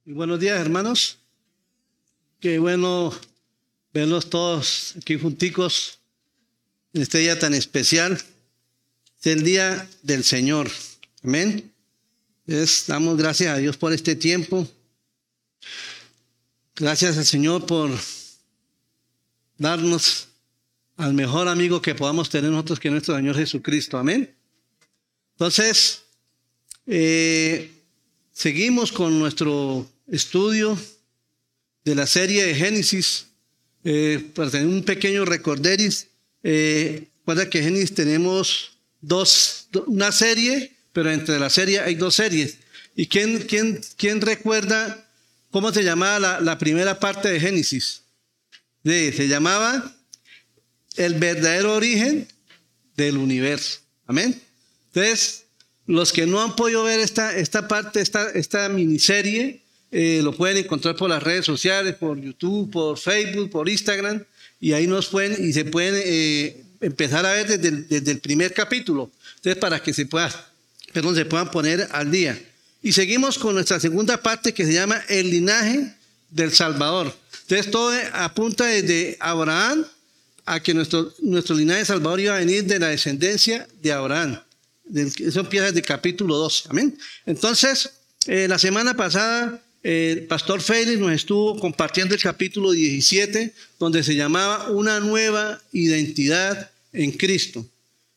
Muy buenos días, hermanos. Qué bueno verlos todos aquí junticos en este día tan especial. Es el día del Señor. Amén. Damos gracias a Dios por este tiempo. Gracias al Señor por darnos al mejor amigo que podamos tener nosotros, que es nuestro Señor Jesucristo. Amén. Entonces, seguimos con nuestro estudio de la serie de Génesis. Para tener un pequeño recorderis, recuerda que Génesis tenemos una serie, pero entre la serie hay dos series. ¿Y quién recuerda cómo se llamaba la primera parte de Génesis? Se llamaba El verdadero origen del universo. Amén. Entonces, los que no han podido ver esta parte, esta miniserie, lo pueden encontrar por las redes sociales, por YouTube, por Facebook, por Instagram, y ahí se pueden empezar a ver desde el primer capítulo. Entonces, para que se puedan poner al día. Y seguimos con nuestra segunda parte, que se llama El linaje del Salvador. Entonces, todo apunta desde Abraham a que nuestro linaje del Salvador iba a venir de la descendencia de Abraham. Eso empieza desde el capítulo 2. Amén. Entonces, la semana pasada, el pastor Félix nos estuvo compartiendo el capítulo 17, donde se llamaba Una nueva identidad en Cristo.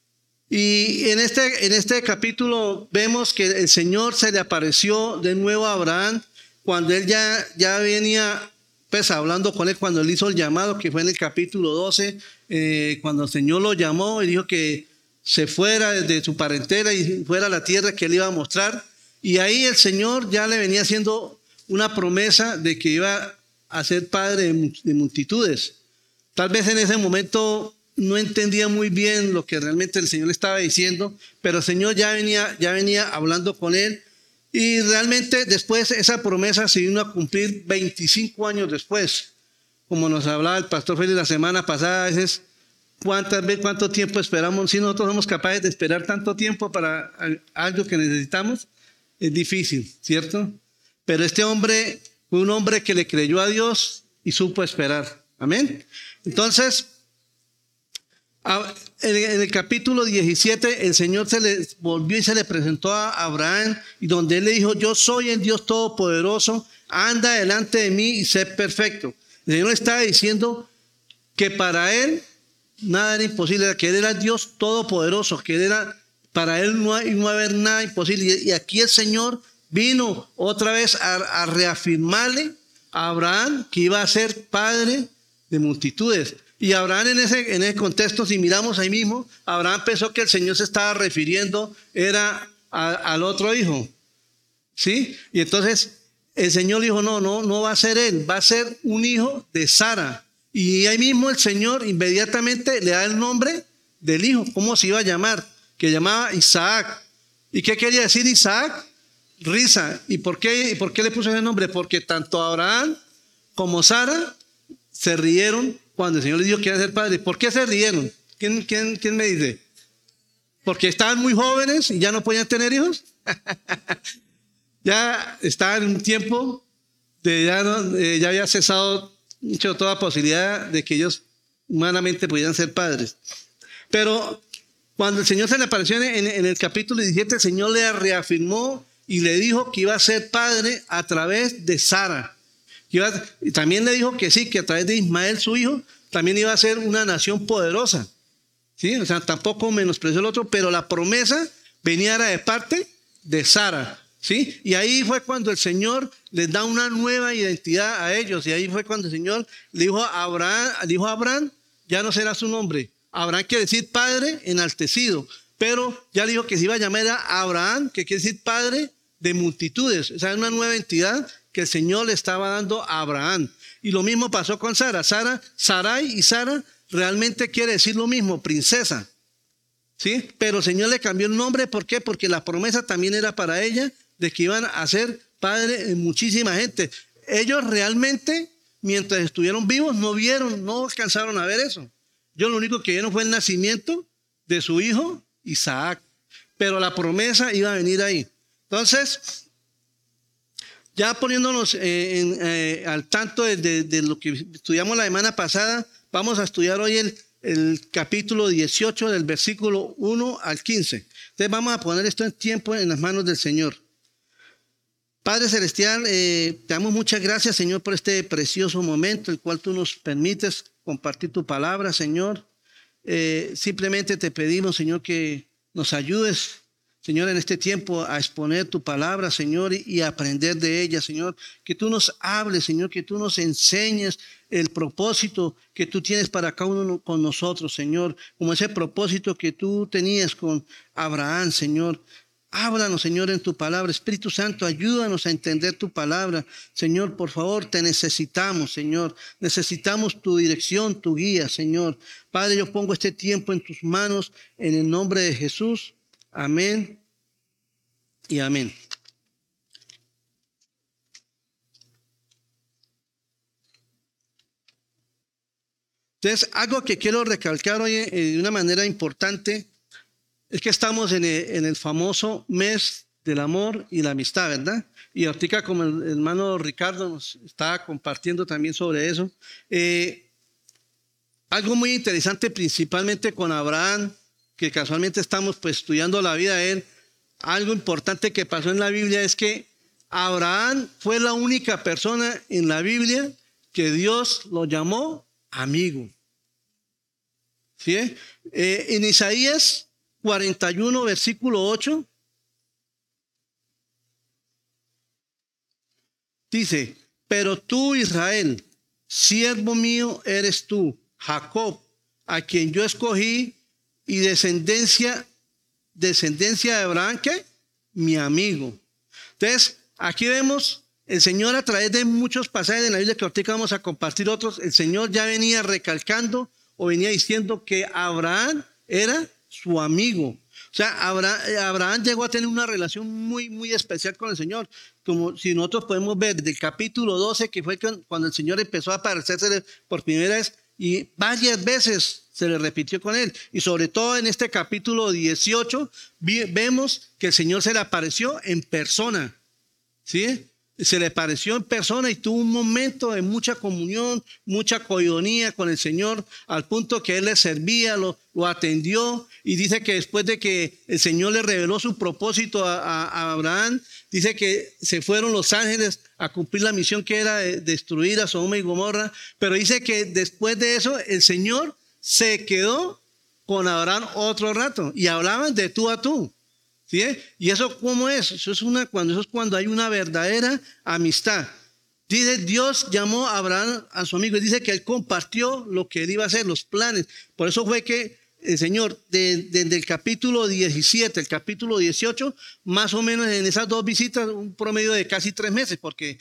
Y en este capítulo vemos que el Señor se le apareció de nuevo a Abraham cuando él ya venía pues hablando con él, cuando él hizo el llamado, que fue en el capítulo 12, cuando el Señor lo llamó y dijo que se fuera desde su parentela y fuera a la tierra que él iba a mostrar. Y ahí el Señor ya le venía haciendo una promesa de que iba a ser padre de multitudes. Tal vez en ese momento no entendía muy bien lo que realmente el Señor le estaba diciendo, pero el Señor ya venía hablando con él. Y realmente después esa promesa se vino a cumplir 25 años después. Como nos hablaba el pastor Félix la semana pasada, a veces ¿cuánto tiempo esperamos? Si nosotros somos capaces de esperar tanto tiempo para algo que necesitamos, es difícil, ¿cierto? Pero este hombre fue un hombre que le creyó a Dios y supo esperar. Amén. Entonces, en el capítulo 17, el Señor se le volvió y se le presentó a Abraham, y donde él le dijo: yo soy el Dios Todopoderoso, anda delante de mí y sé perfecto. El Señor le estaba diciendo que para él nada era imposible, que él era Dios Todopoderoso, que para él no iba a haber nada imposible. Y aquí el Señor vino otra vez a reafirmarle a Abraham que iba a ser padre de multitudes. Y Abraham en ese contexto, si miramos ahí mismo, Abraham pensó que el Señor se estaba refiriendo era al otro hijo, ¿sí? Y entonces el Señor dijo: no va a ser él, va a ser un hijo de Sara. Y ahí mismo el Señor inmediatamente le da el nombre del hijo, cómo se iba a llamar, que llamaba Isaac. ¿Y qué quería decir Isaac? Risa. ¿Y por qué le puso ese nombre? Porque tanto Abraham como Sara se rieron cuando el Señor les dijo que iba a ser padre. ¿Por qué se rieron? ¿Quién me dice? ¿Porque estaban muy jóvenes y ya no podían tener hijos? Ya estaban en un tiempo ya había cesado toda posibilidad de que ellos humanamente pudieran ser padres. Pero cuando el Señor se le apareció en el capítulo 17, el Señor le reafirmó y le dijo que iba a ser padre a través de Sara. Y también le dijo que sí, que a través de Ismael, su hijo, también iba a ser una nación poderosa. ¿Sí? O sea, tampoco menospreció el otro, pero la promesa venía de parte de Sara. ¿Sí? Y ahí fue cuando el Señor les da una nueva identidad a ellos. Y ahí fue cuando el Señor le dijo a Abraham, ya no será su nombre. Abraham quiere decir padre enaltecido, pero ya le dijo que se iba a llamar a Abraham, que quiere decir padre de multitudes. O sea, es una nueva entidad que el Señor le estaba dando a Abraham. Y lo mismo pasó con Sara. Sarai y Sara realmente quiere decir lo mismo, princesa. ¿Sí? Pero el Señor le cambió el nombre. ¿Por qué? Porque la promesa también era para ella de que iban a ser padres de muchísima gente. Ellos realmente, mientras estuvieron vivos, no alcanzaron a ver eso. Ellos lo único que vieron fue el nacimiento de su hijo Isaac. Pero la promesa iba a venir ahí. Entonces, Ya poniéndonos al tanto de lo que estudiamos la semana pasada, vamos a estudiar hoy el capítulo 18 del versículo 1 al 15. Entonces vamos a poner esto en tiempo en las manos del Señor. Padre Celestial, te damos muchas gracias, Señor, por este precioso momento, el cual tú nos permites compartir tu palabra, Señor. Simplemente te pedimos, Señor, que nos ayudes, Señor, en este tiempo a exponer tu palabra, Señor, y aprender de ella, Señor. Que tú nos hables, Señor, que tú nos enseñes el propósito que tú tienes para cada uno con nosotros, Señor. Como ese propósito que tú tenías con Abraham, Señor. Háblanos, Señor, en tu palabra. Espíritu Santo, ayúdanos a entender tu palabra. Señor, por favor, te necesitamos, Señor. Necesitamos tu dirección, tu guía, Señor. Padre, yo pongo este tiempo en tus manos, en el nombre de Jesús. Amén y amén. Entonces, algo que quiero recalcar hoy de una manera importante es que estamos en el famoso mes del amor y la amistad, ¿verdad? Y ahorita, como el hermano Ricardo nos estaba compartiendo también sobre eso, algo muy interesante principalmente con Abraham, que casualmente estamos pues estudiando la vida de él. Algo importante que pasó en la Biblia es que Abraham fue la única persona en la Biblia que Dios lo llamó amigo. ¿Sí? En Isaías 41, versículo 8, dice: pero tú, Israel, siervo mío eres tú, Jacob, a quien yo escogí, y descendencia de Abraham, ¿qué? Mi amigo. Entonces, aquí vemos el Señor a través de muchos pasajes de la Biblia, que ahorita vamos a compartir otros. El Señor ya venía recalcando o venía diciendo que Abraham era su amigo. O sea, Abraham llegó a tener una relación muy, muy especial con el Señor. Como si nosotros podemos ver del capítulo 12, que fue cuando el Señor empezó a aparecerse por primera vez, y varias veces se le repitió con él. Y sobre todo en este capítulo 18, vemos que el Señor se le apareció en persona. ¿Sí? Se le apareció en persona y tuvo un momento de mucha comunión, mucha coinonía con el Señor, al punto que él le servía, lo atendió. Y dice que después de que el Señor le reveló su propósito a Abraham, dice que se fueron los ángeles a cumplir la misión que era de destruir a Sodoma y Gomorra. Pero dice que después de eso el Señor se quedó con Abraham otro rato y hablaban de tú a tú. ¿Sí? ¿Y eso cómo es? Eso es cuando hay una verdadera amistad. Dice, Dios llamó a Abraham a su amigo y dice que él compartió lo que él iba a hacer, los planes. Por eso fue que el Señor, desde el capítulo 17, el capítulo 18, más o menos en esas dos visitas, un promedio de casi 3 meses, porque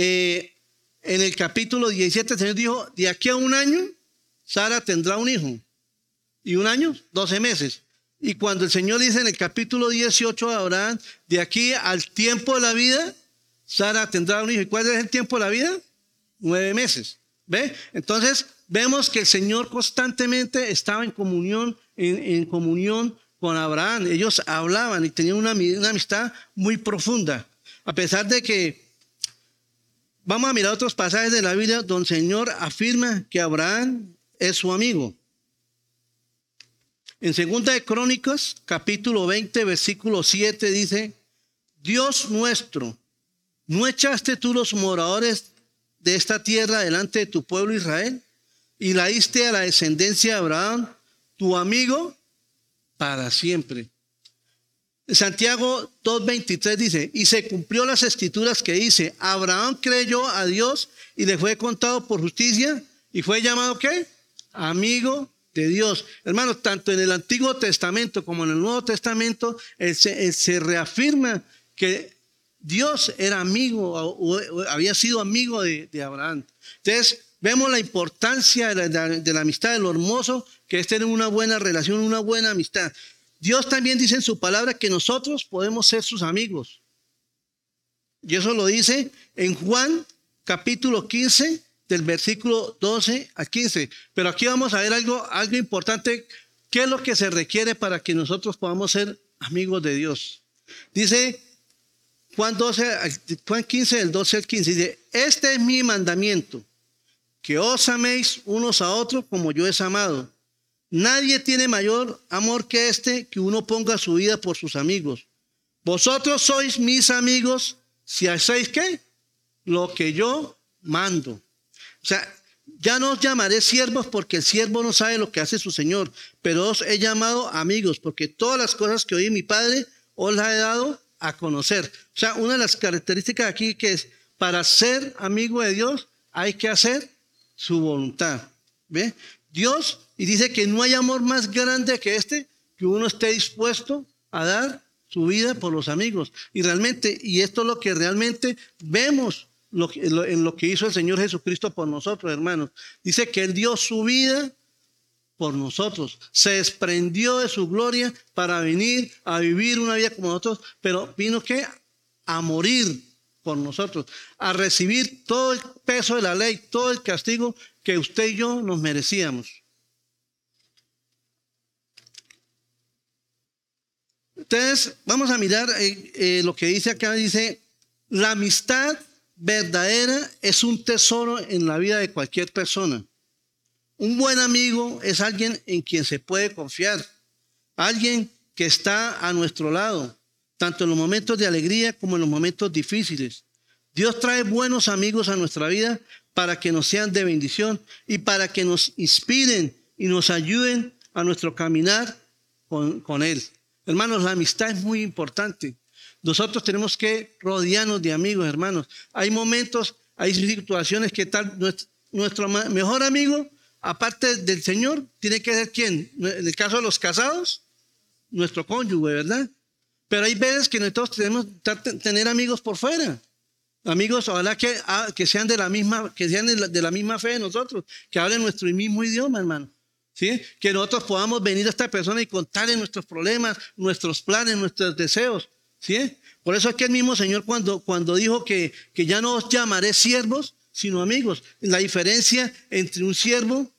en el capítulo 17 el Señor dijo, de aquí a un año, Sara tendrá un hijo. Y un año, 12 meses. Y cuando el Señor dice en el capítulo 18 a Abraham, de aquí al tiempo de la vida, Sara tendrá un hijo. ¿Y cuál es el tiempo de la vida? 9 meses. ¿Ve? Entonces vemos que el Señor constantemente estaba en comunión con Abraham. Ellos hablaban y tenían una amistad muy profunda. A pesar de que, vamos a mirar otros pasajes de la Biblia donde el Señor afirma que Abraham es su amigo. En 2 de Crónicas, capítulo 20, versículo 7 dice: Dios nuestro, ¿no echaste tú los moradores de esta tierra delante de tu pueblo Israel? Y la diste a la descendencia de Abraham, tu amigo, para siempre. Santiago 2:23 dice: y se cumplió las escrituras que dice: Abraham creyó a Dios y le fue contado por justicia y fue llamado ¿qué? Amigo de Dios. Hermanos, tanto en el Antiguo Testamento como en el Nuevo Testamento se reafirma que Dios era amigo o había sido amigo de Abraham. Entonces vemos la importancia de la amistad, de lo hermoso que es tener una buena relación, una buena amistad. Dios también dice en su palabra que nosotros podemos ser sus amigos. Y eso lo dice en Juan capítulo 15, del versículo 12 al 15. Pero aquí vamos a ver algo importante. ¿Qué es lo que se requiere para que nosotros podamos ser amigos de Dice Juan 15, del 12 al 15, dice, este es mi mandamiento, que os améis unos a otros como yo os he amado. Nadie tiene mayor amor que este, que uno ponga su vida por sus amigos. Vosotros sois mis amigos si hacéis ¿qué? Lo que yo mando. O sea, ya no os llamaré siervos porque el siervo no sabe lo que hace su señor, pero os he llamado amigos porque todas las cosas que oí mi Padre os las he dado a conocer. O sea, una de las características aquí que es para ser amigo de Dios hay que hacer su voluntad. ¿Ve? Dios, y dice que no hay amor más grande que este, que uno esté dispuesto a dar su vida por los amigos. Y realmente, y esto es lo que realmente vemos en lo que hizo el Señor Jesucristo por nosotros, hermanos. Dice que Él dio su vida por nosotros, se desprendió de su gloria para venir a vivir una vida como nosotros, pero vino ¿qué? A morir por nosotros, a recibir todo el peso de la ley, todo el castigo que usted y yo nos merecíamos. Entonces, vamos a mirar lo que dice acá. Dice, la amistad verdadera es un tesoro en la vida de cualquier persona. Un buen amigo es alguien en quien se puede confiar, alguien que está a nuestro lado, tanto en los momentos de alegría como en los momentos difíciles. Dios trae buenos amigos a nuestra vida para que nos sean de bendición y para que nos inspiren y nos ayuden a nuestro caminar con Él. Hermanos, la amistad es muy importante. Nosotros tenemos que rodearnos de amigos, hermanos. Hay momentos, hay situaciones que tal nuestro mejor amigo, aparte del Señor, tiene que ser ¿quién? En el caso de los casados, nuestro cónyuge, ¿verdad? Pero hay veces que nosotros tenemos que tener amigos por fuera. Amigos, ojalá que sean de la misma fe de nosotros, que hablen nuestro mismo idioma, hermano. ¿Sí? Que nosotros podamos venir a esta persona y contarle nuestros problemas, nuestros planes, nuestros deseos. ¿Sí? Por eso es que el mismo Señor cuando dijo que ya no os llamaré siervos, sino amigos. La diferencia entre un siervo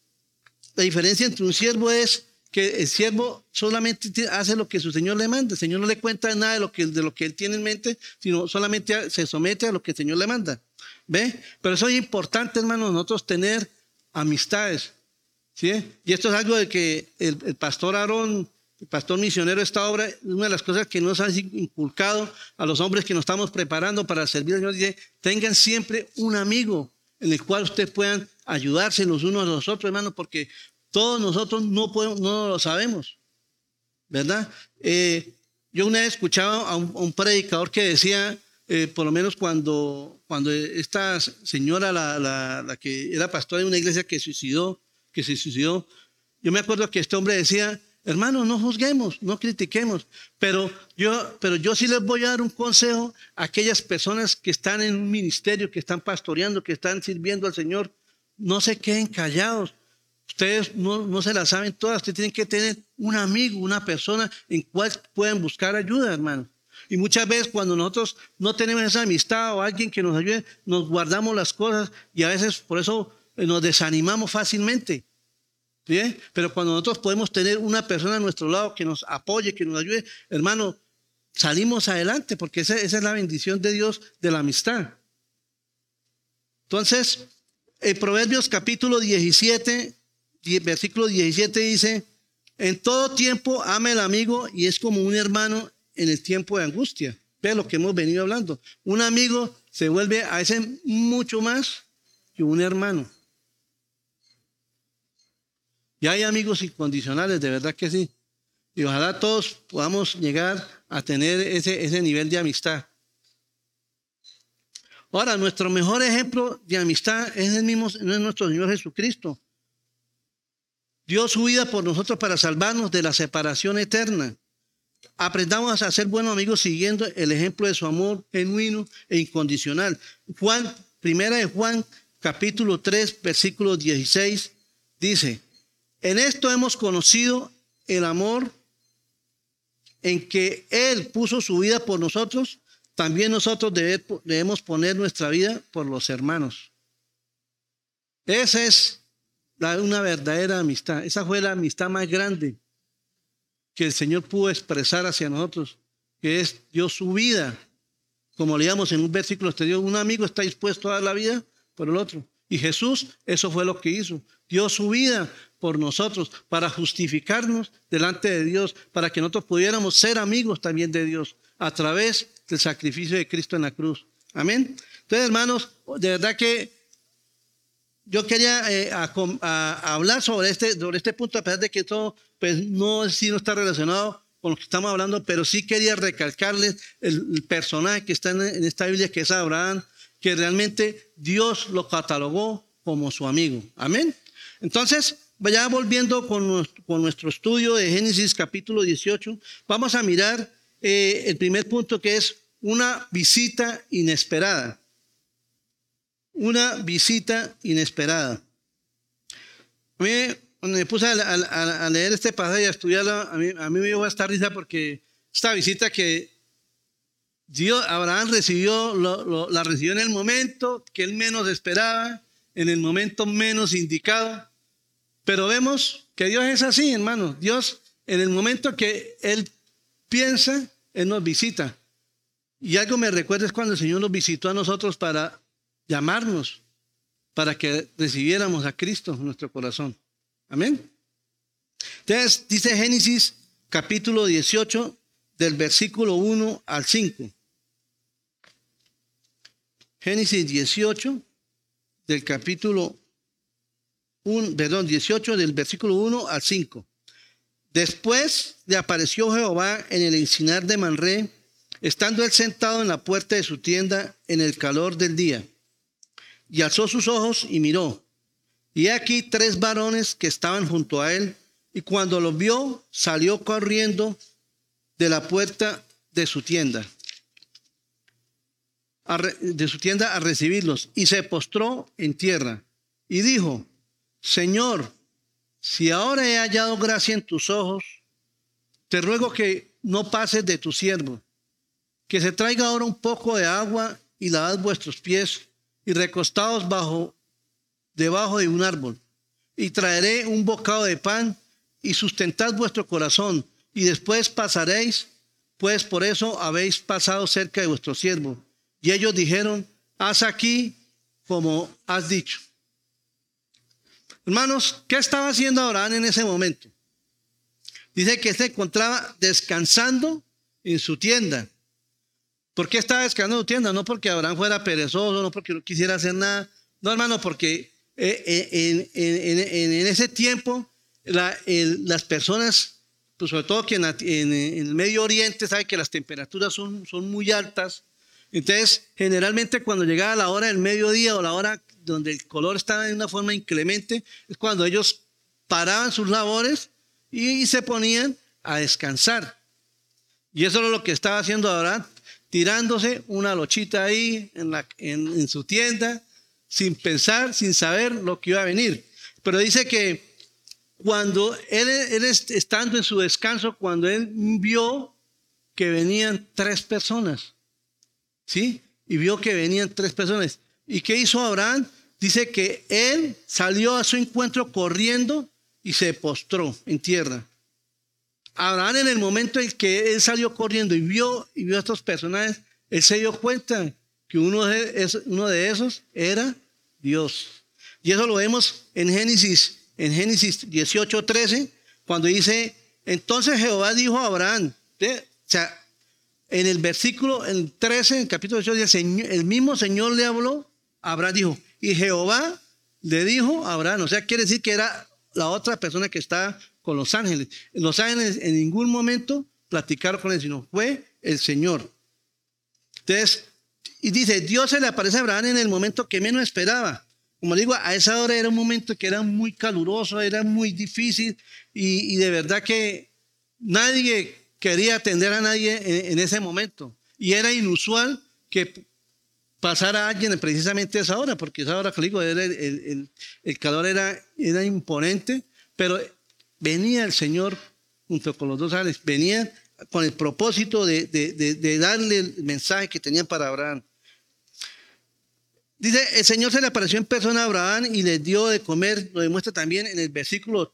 es que el siervo solamente hace lo que su Señor le manda. El Señor no le cuenta nada de lo que él tiene en mente, sino solamente se somete a lo que el Señor le manda. ¿Ve? Pero eso es importante, hermano, nosotros tener amistades. ¿Sí? Y esto es algo de que el pastor Aarón, el pastor misionero de esta obra, una de las cosas que nos ha inculcado a los hombres que nos estamos preparando para servir al Señor, dice, tengan siempre un amigo en el cual ustedes puedan ayudarse los unos a los otros, hermanos, porque todos nosotros no lo sabemos, ¿verdad? Yo una vez escuchaba a un predicador que decía, por lo menos cuando esta señora, la que era pastora de una iglesia que se suicidó, yo me acuerdo que este hombre decía, hermanos, no juzguemos, no critiquemos, pero yo sí les voy a dar un consejo a aquellas personas que están en un ministerio, que están pastoreando, que están sirviendo al Señor, no se queden callados. Ustedes no se la saben todas, ustedes tienen que tener un amigo, una persona en cual pueden buscar ayuda, hermano. Y muchas veces cuando nosotros no tenemos esa amistad o alguien que nos ayude, nos guardamos las cosas y a veces por eso nos desanimamos fácilmente. ¿Bien? Pero cuando nosotros podemos tener una persona a nuestro lado que nos apoye, que nos ayude, hermano, salimos adelante porque esa es la bendición de Dios de la amistad. Entonces, en Proverbios capítulo 17, versículo 17 dice, en todo tiempo ama el amigo y es como un hermano en el tiempo de angustia. Ve lo que hemos venido hablando. Un amigo se vuelve a veces mucho más que un hermano. Y hay amigos incondicionales, de verdad que sí. Y ojalá todos podamos llegar a tener ese nivel de amistad. Ahora, nuestro mejor ejemplo de amistad es nuestro Señor Jesucristo. Dio su vida por nosotros para salvarnos de la separación eterna. Aprendamos a ser buenos amigos siguiendo el ejemplo de su amor genuino e incondicional. Primera de Juan, capítulo 3, versículo 16, dice, en esto hemos conocido el amor en que Él puso su vida por nosotros, también nosotros debemos poner nuestra vida por los hermanos. Esa es una verdadera amistad. Esa fue la amistad más grande que el Señor pudo expresar hacia nosotros, que es dio su vida Como leíamos en un versículo anterior, un amigo está dispuesto a dar la vida por el otro. Y Jesús, eso fue lo que hizo. Dio su vida por nosotros para justificarnos delante de Dios, para que nosotros pudiéramos ser amigos también de Dios a través del sacrificio de Cristo en la cruz. Amén. Entonces, hermanos, de verdad que yo quería hablar sobre este punto, a pesar de que todo pues, no está relacionado con lo que estamos hablando, pero sí quería recalcarles el personaje que está en esta Biblia, que es Abraham, que realmente Dios lo catalogó como su amigo. Amén. Entonces, ya volviendo con nuestro estudio de Génesis capítulo 18, vamos a mirar el primer punto, que es una visita inesperada. Una visita inesperada. A mí, cuando me puse a leer este pasaje y a estudiarlo, a mí me dio esta risa, porque esta visita que Abraham recibió, la recibió en el momento que él menos esperaba, en el momento menos indicado. Pero vemos que Dios es así, hermanos. Dios, en el momento que Él piensa, Él nos visita. Y algo me recuerda es cuando el Señor nos visitó a nosotros para llamarnos, para que recibiéramos a Cristo en nuestro corazón. Amén. Entonces, dice Génesis capítulo 18, del versículo 1 al 5. Génesis 18, del capítulo 18, del versículo 1 al 5. Después le apareció Jehová en el encinar de Manré, estando él sentado en la puerta de su tienda en el calor del día. Y alzó sus ojos y miró. Y he aquí 3 varones que estaban junto a él, y cuando los vio, salió corriendo de la puerta de su tienda a recibirlos, y se postró en tierra, y dijo: Señor, si ahora he hallado gracia en tus ojos, te ruego que no pases de tu siervo, que se traiga ahora un poco de agua y lavad vuestros pies y recostaos debajo de un árbol, y traeré un bocado de pan y sustentad vuestro corazón, y después pasaréis, pues por eso habéis pasado cerca de vuestro siervo. Y ellos dijeron: haz aquí como has dicho. Hermanos, ¿qué estaba haciendo Abraham en ese momento? Dice que se encontraba descansando en su tienda. ¿Por qué estaba descansando en su tienda? No porque Abraham fuera perezoso, no porque no quisiera hacer nada. No, hermano, porque en ese tiempo las personas, pues sobre todo que en el Medio Oriente, sabe que las temperaturas son muy altas. Entonces, generalmente cuando llegaba la hora del mediodía o la hora donde el color estaba de una forma inclemente, es cuando ellos paraban sus labores y se ponían a descansar. Y eso es lo que estaba haciendo Abraham, tirándose una lochita ahí en su tienda, sin pensar, sin saber lo que iba a venir. Pero dice que cuando él estando en su descanso, cuando él vio que venían 3 personas, ¿sí? Y vio que venían 3 personas. ¿Y qué hizo Abraham? Dice que él salió a su encuentro corriendo y se postró en tierra. Abraham, en el momento en que él salió corriendo y vio a estos personajes, él se dio cuenta que uno de esos era Dios. Y eso lo vemos en Génesis 18:13, cuando dice: entonces Jehová dijo a Abraham, ¿sí? O sea, en el versículo 13, en el capítulo 18, el mismo Señor le habló, Abraham dijo, y Jehová le dijo a Abraham. O sea, quiere decir que era la otra persona que está con los ángeles. Los ángeles en ningún momento platicaron con él, sino fue el Señor. Entonces, y dice, Dios se le aparece a Abraham en el momento que menos esperaba. Como digo, a esa hora era un momento que era muy caluroso, era muy difícil, y de verdad que nadie quería atender a nadie en ese momento. Y era inusual que pasara alguien precisamente a esa hora, porque esa hora, digo, el calor era imponente, pero venía el Señor junto con los 2 ángeles, venía con el propósito de darle el mensaje que tenían para Abraham. Dice, el Señor se le apareció en persona a Abraham y les dio de comer. Lo demuestra también en el versículo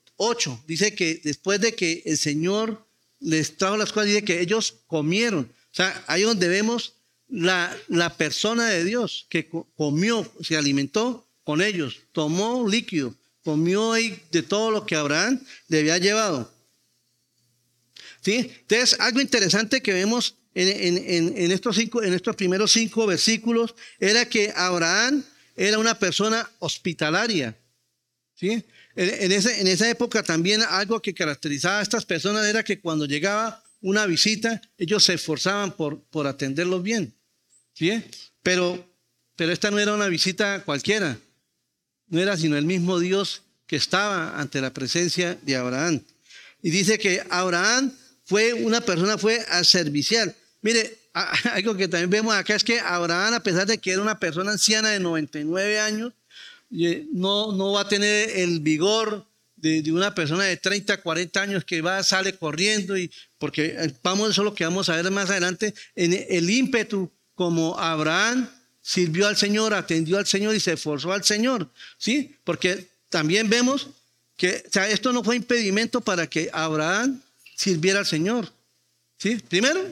8. Dice que después de que el Señor les trajo las cosas, dice que ellos comieron. O sea, ahí donde vemos la persona de Dios que comió, se alimentó con ellos, tomó líquido, comió de todo lo que Abraham le había llevado. ¿Sí? Entonces, algo interesante que vemos en estos primeros 5 versículos era que Abraham era una persona hospitalaria. ¿Sí? En esa época también algo que caracterizaba a estas personas era que cuando llegaba una visita, ellos se esforzaban por atenderlos bien. ¿Sí? Pero esta no era una visita cualquiera, no era sino el mismo Dios que estaba ante la presencia de Abraham. Y dice que Abraham fue servicial. Mire, algo que también vemos acá es que Abraham, a pesar de que era una persona anciana de 99 años, no va a tener el vigor de una persona de 30, 40 años que sale corriendo, porque eso es lo que vamos a ver más adelante, en el ímpetu como Abraham sirvió al Señor, atendió al Señor y se esforzó al Señor, ¿sí? Porque también vemos que esto no fue impedimento para que Abraham sirviera al Señor, ¿sí? Primero,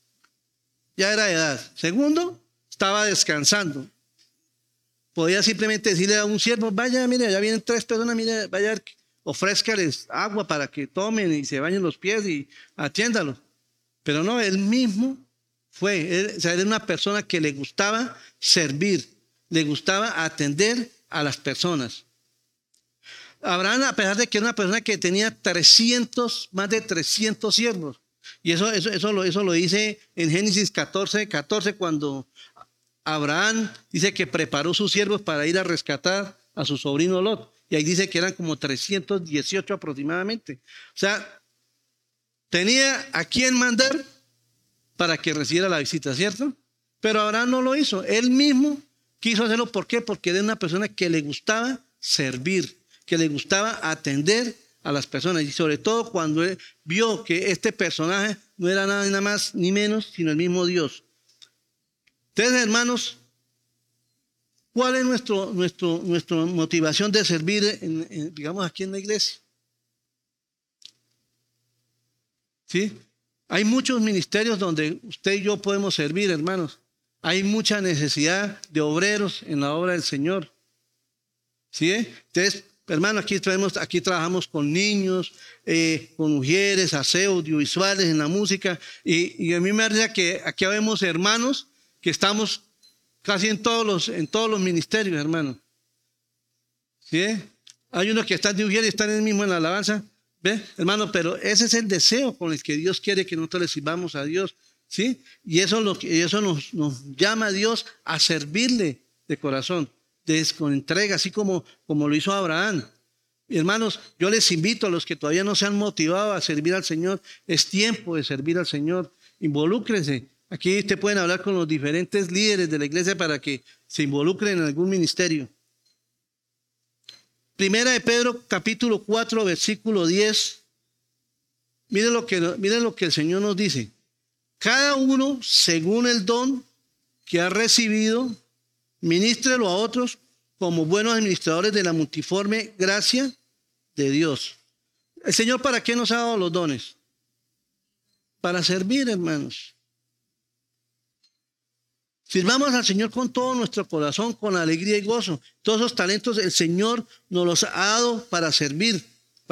ya era de edad. Segundo, estaba descansando. Podía simplemente decirle a un siervo, vaya, mire, ya vienen 3 personas, mire, vaya, ofrézcales agua para que tomen y se bañen los pies y atiéndalos. Pero no, él mismo era una persona que le gustaba servir, le gustaba atender a las personas. Abraham, a pesar de que era una persona que tenía más de 300 siervos, y eso lo dice en Génesis 14, cuando Abraham dice que preparó sus siervos para ir a rescatar a su sobrino Lot. Y ahí dice que eran como 318 aproximadamente. O sea, tenía a quien mandar para que recibiera la visita, ¿cierto? Pero Abraham no lo hizo. Él mismo quiso hacerlo. ¿Por qué? Porque era una persona que le gustaba servir, que le gustaba atender a las personas. Y sobre todo cuando él vio que este personaje no era nada más ni menos, sino el mismo Dios. Entonces, hermanos, ¿cuál es nuestra motivación de servir, digamos, aquí en la iglesia? ¿Sí? Hay muchos ministerios donde usted y yo podemos servir, hermanos. Hay mucha necesidad de obreros en la obra del Señor. ¿Sí? Entonces, hermanos, aquí trabajamos con niños, con mujeres, aseo, audiovisuales, en la música. Y a mí me parece que aquí vemos hermanos que estamos casi en todos los ministerios, hermano. ¿Sí? Hay unos que están de mujer y están en la alabanza. ¿Ve, hermano? Pero ese es el deseo con el que Dios quiere que nosotros le sirvamos a Dios. ¿Sí? Y eso nos llama a Dios a servirle de corazón, con entrega, así como lo hizo Abraham. Y hermanos, yo les invito a los que todavía no se han motivado a servir al Señor. Es tiempo de servir al Señor. Involúcrense. Aquí ustedes pueden hablar con los diferentes líderes de la iglesia para que se involucren en algún ministerio. Primera de Pedro, capítulo 4, versículo 10. Miren lo que el Señor nos dice. Cada uno, según el don que ha recibido, ministrelo a otros como buenos administradores de la multiforme gracia de Dios. ¿El Señor para qué nos ha dado los dones? Para servir, hermanos. Sirvamos al Señor con todo nuestro corazón, con alegría y gozo. Todos esos talentos el Señor nos los ha dado para servir.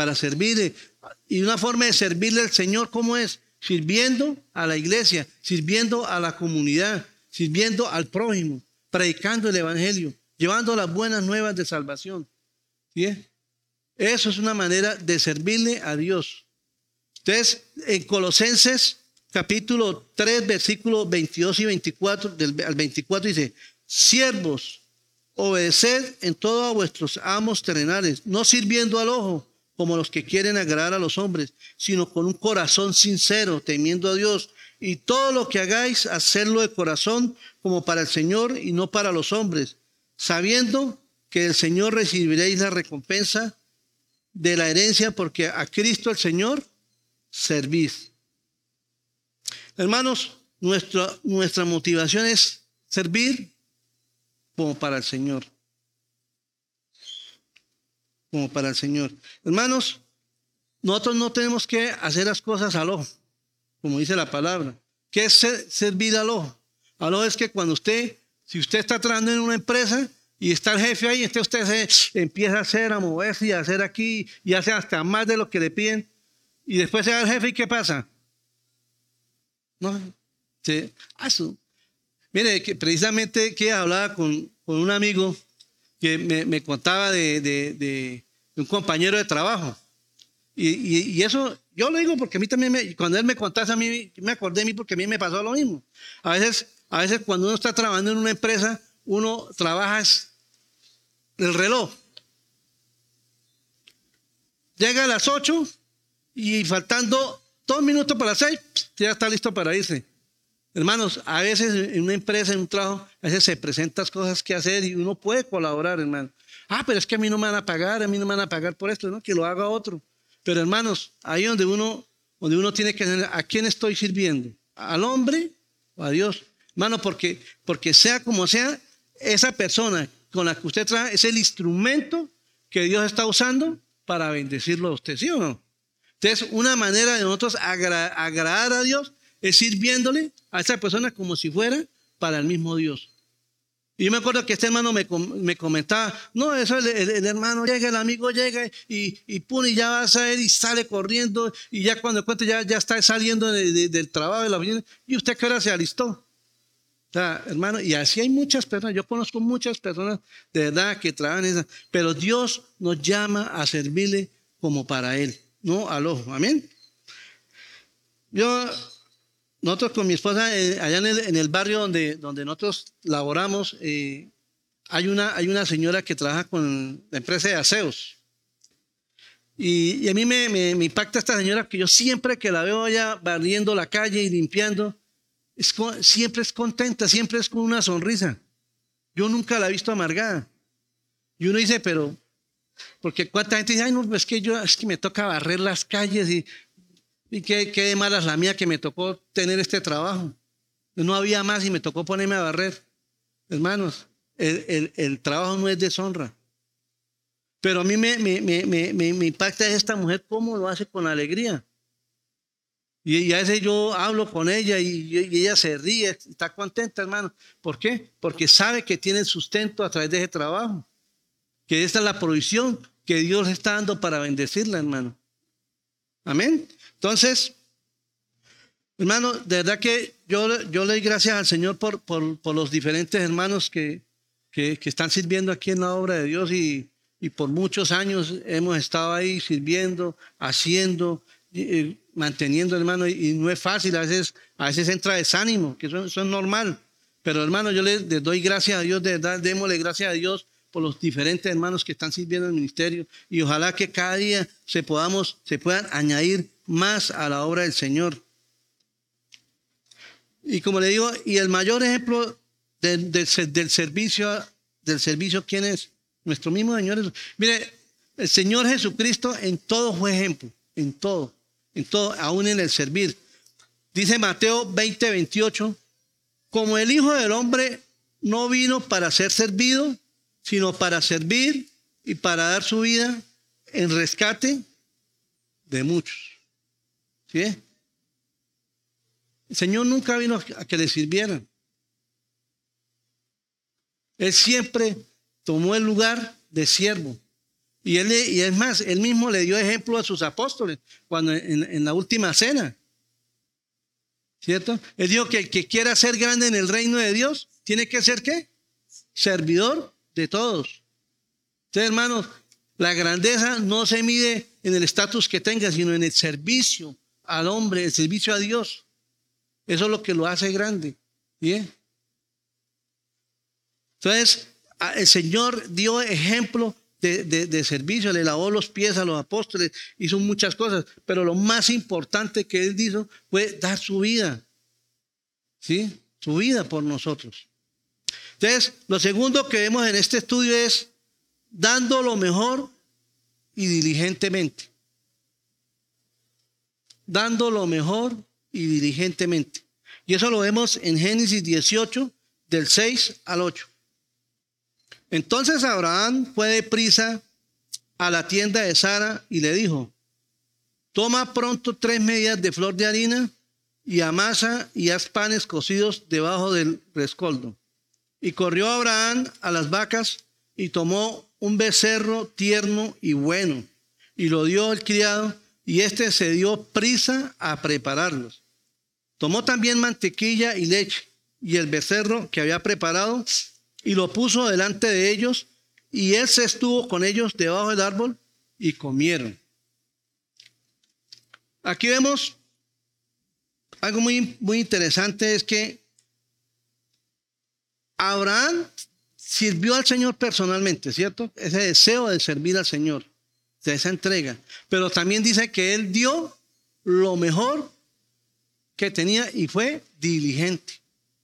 Y una forma de servirle al Señor, ¿cómo es? Sirviendo a la iglesia, sirviendo a la comunidad, sirviendo al prójimo, predicando el evangelio, llevando las buenas nuevas de salvación. ¿Sí? Eso es una manera de servirle a Dios. Entonces, en Colosenses capítulo 3, versículos 22 y 24, al 24 dice, siervos, obedeced en todo a vuestros amos terrenales, no sirviendo al ojo, como los que quieren agradar a los hombres, sino con un corazón sincero, temiendo a Dios. Y todo lo que hagáis, hacedlo de corazón, como para el Señor y no para los hombres, sabiendo que del Señor recibiréis la recompensa de la herencia, porque a Cristo el Señor servís. Hermanos, nuestra motivación es servir como para el Señor. Como para el Señor. Hermanos, nosotros no tenemos que hacer las cosas al ojo, como dice la palabra, ¿Qué es servir al ojo? Al ojo es que cuando si usted está trabajando en una empresa y está el jefe ahí, entonces usted se empieza a hacer, a moverse y a hacer aquí y hace hasta más de lo que le piden. Y después se va el jefe y ¿qué pasa? No, sí. Mire, que precisamente que hablaba con un amigo que me contaba de un compañero de trabajo. Y eso, yo lo digo porque a mí también, cuando él me contaba a mí, me acordé de mí porque a mí me pasó lo mismo. A veces cuando uno está trabajando en una empresa, uno trabaja el reloj. Llega a las 8 y faltando 2 minutos para las 6, ya está listo para irse. Hermanos, a veces en una empresa, en un trabajo, a veces se presentan cosas que hacer y uno puede colaborar, hermano. Pero es que a mí no me van a pagar, por esto, ¿no? Que lo haga otro. Pero hermanos, ahí donde uno tiene que saber a quién estoy sirviendo, al hombre o a Dios. Hermano, porque sea como sea, esa persona con la que usted trabaja es el instrumento que Dios está usando para bendecirlo a usted, ¿sí o no? Entonces, una manera de nosotros agradar a Dios es sirviéndole a esa persona como si fuera para el mismo Dios. Y yo me acuerdo que este hermano me comentaba, no, eso el hermano llega, el amigo llega y pone y ya va a salir y sale corriendo y ya cuando cuente ya está saliendo del trabajo de la oficina. ¿Y usted qué hora se alistó? O sea, hermano, y así hay muchas personas, yo conozco muchas personas de verdad que trabajan en esa, pero Dios nos llama a servirle como para Él, no al ojo, amén. Nosotros con mi esposa, allá en el barrio donde nosotros laboramos, hay una señora que trabaja con la empresa de aseos. Y a mí me impacta esta señora, que yo siempre que la veo allá barriendo la calle y limpiando, siempre es contenta, siempre es con una sonrisa. Yo nunca la he visto amargada. Y uno dice, pero, porque cuánta gente dice, ay no, es que me toca barrer las calles y qué de malas la mía que me tocó tener este trabajo. No había más y me tocó ponerme a barrer. Hermanos, el trabajo no es deshonra. Pero a mí me impacta esta mujer cómo lo hace con alegría. Y a veces yo hablo con ella y ella se ríe, está contenta, hermano. ¿Por qué? Porque sabe que tiene sustento a través de ese trabajo. Que esta es la provisión que Dios está dando para bendecirla, hermano. Amén. Entonces, hermano, de verdad que yo le doy gracias al Señor por los diferentes hermanos que están sirviendo aquí en la obra de Dios y por muchos años hemos estado ahí sirviendo, haciendo, manteniendo, hermano, y no es fácil, a veces entra desánimo, que eso es normal. Pero, hermano, yo les doy gracias a Dios, de verdad, démosle gracias a Dios por los diferentes hermanos que están sirviendo en el ministerio y ojalá que cada día se puedan añadir más a la obra del Señor. Y como le digo, y el mayor ejemplo del servicio, ¿quién es? Nuestro mismo Señor. Mire, el Señor Jesucristo en todo fue ejemplo, en todo, aún en el servir. Dice Mateo 20:28, como el Hijo del Hombre no vino para ser servido, sino para servir y para dar su vida en rescate de muchos. ¿Sí? El Señor nunca vino a que le sirvieran. Él siempre tomó el lugar de siervo. Y es más, él mismo le dio ejemplo a sus apóstoles cuando en la última cena. ¿Cierto? Él dijo que el que quiera ser grande en el reino de Dios tiene que ser ¿qué? Servidor de todos. Entonces, hermanos, la grandeza no se mide en el estatus que tenga, sino en el servicio al hombre, el servicio a Dios. Eso es lo que lo hace grande. ¿Bien? Entonces, el Señor dio ejemplo de servicio, le lavó los pies a los apóstoles, hizo muchas cosas, pero lo más importante que Él hizo fue dar su vida. ¿Sí? Su vida por nosotros. Entonces, lo segundo que vemos en este estudio es dando lo mejor y diligentemente. Dando lo mejor y diligentemente. Y eso lo vemos en Génesis 18, del 6 al 8. Entonces Abraham fue deprisa a la tienda de Sara y le dijo, toma pronto 3 medidas de flor de harina y amasa y haz panes cocidos debajo del rescoldo. Y corrió Abraham a las vacas y tomó un becerro tierno y bueno y lo dio al criado y éste se dio prisa a prepararlos. Tomó también mantequilla y leche y el becerro que había preparado y lo puso delante de ellos y él se estuvo con ellos debajo del árbol y comieron. Aquí vemos algo muy interesante, es que Abraham sirvió al Señor personalmente, ¿cierto? Ese deseo de servir al Señor, de esa entrega. Pero también dice que él dio lo mejor que tenía y fue diligente.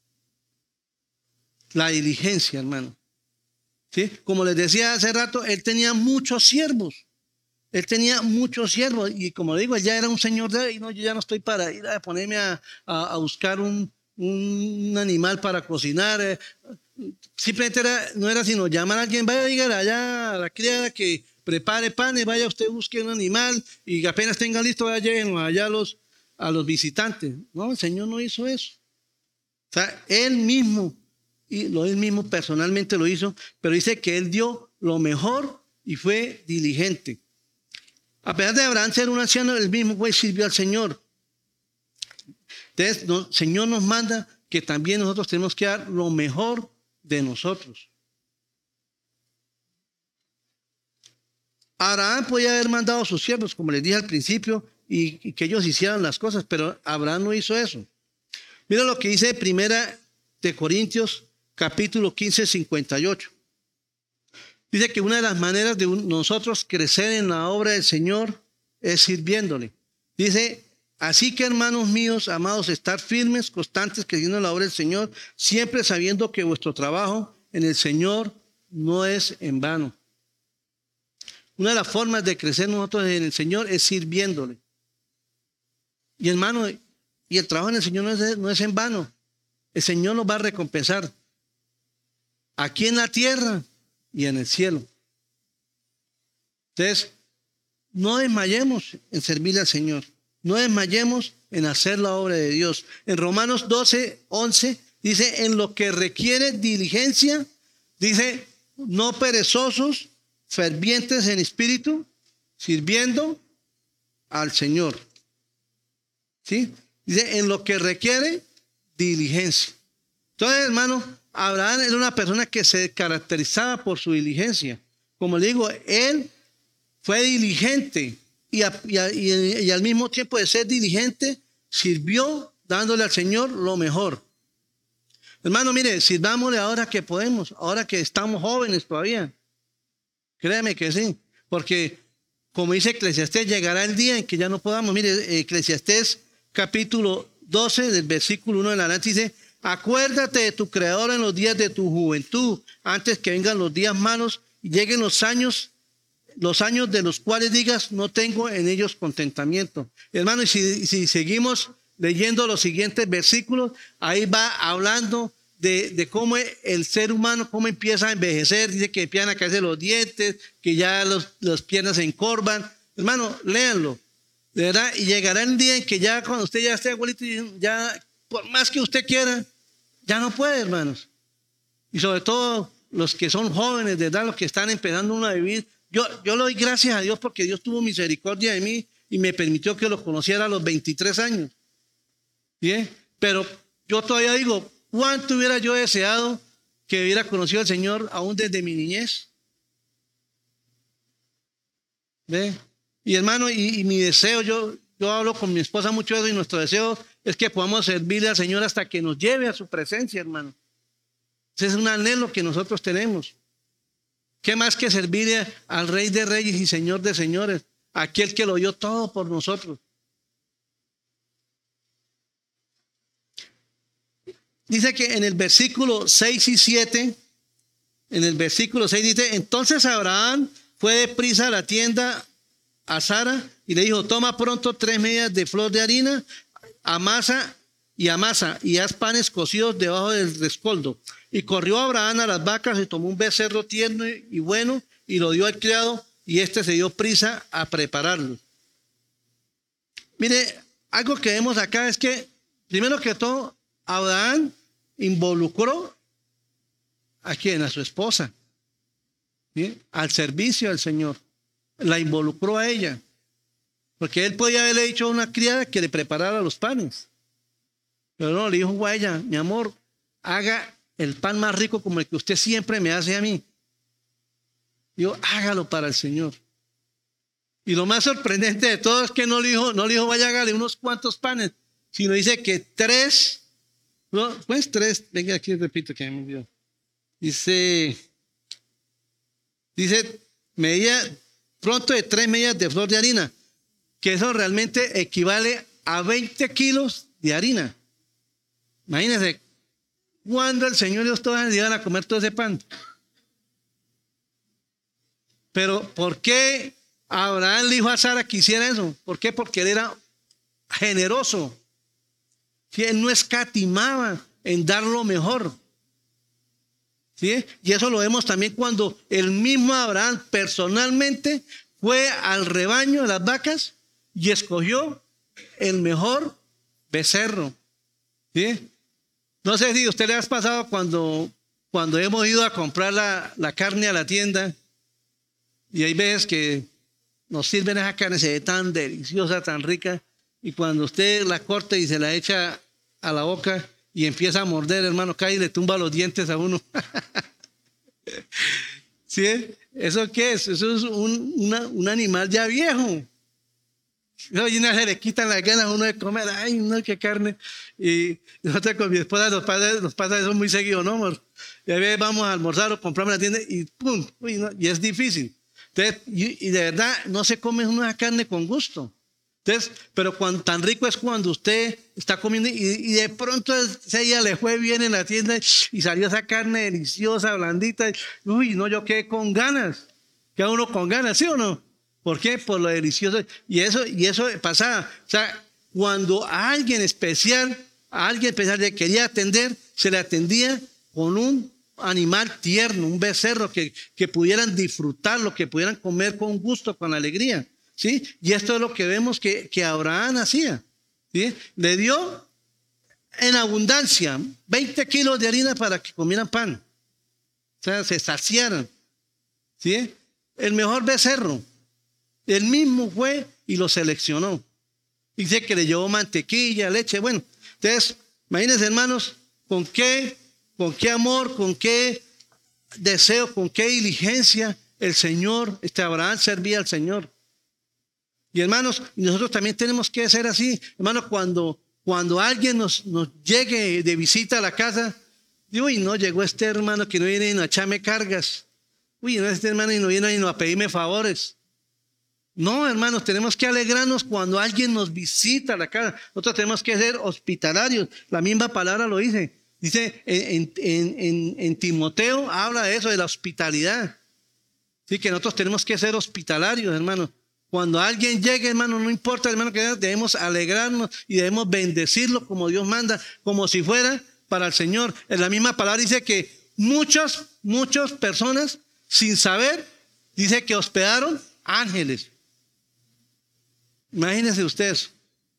La diligencia, hermano. ¿Sí? Como les decía hace rato, él tenía muchos siervos. Él tenía muchos siervos y como digo, él ya era un señor de y no, yo ya no estoy para ir a ponerme a buscar un animal para cocinar. Simplemente no era sino llamar a alguien, vaya, dígale allá a la criada que prepare panes, vaya usted busque un animal y apenas tenga listo, vaya lleguen allá a los visitantes. No, el Señor no hizo eso. O sea, él mismo personalmente lo hizo, pero dice que él dio lo mejor y fue diligente. A pesar de Abraham ser un anciano, él mismo sirvió al Señor. Entonces, el Señor nos manda que también nosotros tenemos que dar lo mejor de nosotros. Abraham podía haber mandado a sus siervos, como les dije al principio, y que ellos hicieran las cosas, pero Abraham no hizo eso. Mira lo que dice Primera de Corintios, capítulo 15, 58. Dice que una de las maneras de nosotros crecer en la obra del Señor es sirviéndole. Dice, así que hermanos míos, amados, estar firmes, constantes, creciendo en la obra del Señor, siempre sabiendo que vuestro trabajo en el Señor no es en vano. Una de las formas de crecer nosotros en el Señor es sirviéndole. Y hermano, y el trabajo en el Señor no es en vano. El Señor nos va a recompensar aquí en la tierra y en el cielo. Entonces, no desmayemos en servirle al Señor. No desmayemos en hacer la obra de Dios. En Romanos 12, 11 dice, en lo que requiere diligencia, dice, no perezosos, fervientes en espíritu, sirviendo al Señor. ¿Sí? Dice, en lo que requiere diligencia. Entonces, hermano, Abraham era una persona que se caracterizaba por su diligencia. Como le digo, él fue diligente y al mismo tiempo de ser diligente, sirvió dándole al Señor lo mejor. Hermano, mire, sirvámosle ahora que podemos, ahora que estamos jóvenes todavía. Créeme que sí, porque como dice Eclesiastés, llegará el día en que ya no podamos. Mire, Eclesiastés capítulo 12, del versículo 1 en adelante dice, acuérdate de tu Creador en los días de tu juventud, antes que vengan los días malos y lleguen los años de los cuales digas, no tengo en ellos contentamiento. Hermano, y si seguimos leyendo los siguientes versículos, ahí va hablando de cómo el ser humano, cómo empieza a envejecer. Dice que empiezan a caerse los dientes, que ya las piernas se encorvan. Hermano, léanlo, de verdad, y llegará el día en que ya cuando usted ya esté abuelito, ya por más que usted quiera, ya no puede, hermanos. Y sobre todo los que son jóvenes, de verdad, los que están empezando uno a vivir. Yo le doy gracias a Dios porque Dios tuvo misericordia de mí y me permitió que lo conociera a los 23 años. ¿Bien? Pero yo todavía digo, ¿cuánto hubiera yo deseado que hubiera conocido al Señor aún desde mi niñez? ¿Ve? Y hermano, y mi deseo, yo hablo con mi esposa mucho de eso, y nuestro deseo es que podamos servirle al Señor hasta que nos lleve a su presencia, hermano. Ese es un anhelo que nosotros tenemos. ¿Qué más que servirle al Rey de Reyes y Señor de Señores? Aquel que lo dio todo por nosotros. Dice que en el versículo 6 y 7, en el versículo 6 dice, entonces Abraham fue deprisa a la tienda a Sara y le dijo, toma pronto 3 medidas de flor de harina, amasa y haz panes cocidos debajo del rescoldo. Y corrió Abraham a las vacas y tomó un becerro tierno y bueno y lo dio al criado y éste se dio prisa a prepararlo. Mire, algo que vemos acá es que primero que todo, Abraham involucró a quién, a su esposa, ¿sí? Al servicio del Señor. La involucró a ella. Porque él podía haberle dicho a una criada que le preparara los panes. Pero no, le dijo a ella, mi amor, haga el pan más rico como el que usted siempre me hace a mí. Digo, hágalo para el Señor. Y lo más sorprendente de todo es que no le dijo vaya, hágale unos cuantos panes, sino dice que 3, no, pues 3, venga aquí, repito que me olvidó. Dice, medida, pronto de 3 medidas de flor de harina, que eso realmente equivale a 20 kilos de harina. Imagínense, cuando el Señor Dios todos iban a comer todo ese pan. Pero ¿por qué Abraham le dijo a Sara que hiciera eso? ¿Por qué? Porque él era generoso. ¿Sí? Él no escatimaba en dar lo mejor. ¿Sí? Y eso lo vemos también cuando el mismo Abraham personalmente fue al rebaño de las vacas y escogió el mejor becerro. ¿Sí? No sé si a usted le ha pasado cuando hemos ido a comprar la carne a la tienda y hay veces que nos sirven esa carne, se ve tan deliciosa, tan rica, y cuando usted la corta y se la echa a la boca y empieza a morder, hermano, cae y le tumba los dientes a uno. ¿Sí? ¿Eso qué es? Eso es un animal ya viejo. Y una se le quitan las ganas a uno de comer. Ay, no, qué carne. Y nosotros con mi esposa nos pasa eso muy seguido, ¿no, amor? Y a veces vamos a almorzar o compramos en la tienda y ¡pum! Uy, no, y es difícil. Entonces, y de verdad no se come una carne con gusto. Entonces, pero tan rico es cuando usted está comiendo y de pronto ese día le fue bien en la tienda y salió esa carne deliciosa, blandita. Uy, no, yo quedé con ganas. Queda uno con ganas, ¿sí o no? ¿Por qué? Por lo delicioso. Y eso pasaba. O sea, cuando a alguien especial le quería atender, se le atendía con un animal tierno, un becerro que pudieran disfrutarlo, que pudieran comer con gusto, con alegría. ¿Sí? Y esto es lo que vemos que Abraham hacía. ¿Sí? Le dio en abundancia 20 kilos de harina para que comieran pan. O sea, se saciaran. ¿Sí? El mejor becerro. Él mismo fue y lo seleccionó. Dice que le llevó mantequilla, leche. Bueno, entonces, imagínense, hermanos, con qué amor, con qué deseo, con qué diligencia el Señor, Abraham servía al Señor. Y hermanos, nosotros también tenemos que ser así. Hermanos, cuando alguien nos llegue de visita a la casa, digo, uy, no, llegó este hermano que no viene a echarme cargas. Uy, no, este hermano no viene a pedirme favores. No, hermanos, tenemos que alegrarnos cuando alguien nos visita a la casa. Nosotros tenemos que ser hospitalarios. La misma palabra lo dice. Dice en Timoteo, habla de eso, de la hospitalidad. Sí, que nosotros tenemos que ser hospitalarios, hermanos. Cuando alguien llegue, hermano, no importa, hermano, que debemos alegrarnos y debemos bendecirlo como Dios manda, como si fuera para el Señor. En la misma palabra dice que muchas personas, sin saber, dice que hospedaron ángeles. Imagínense ustedes.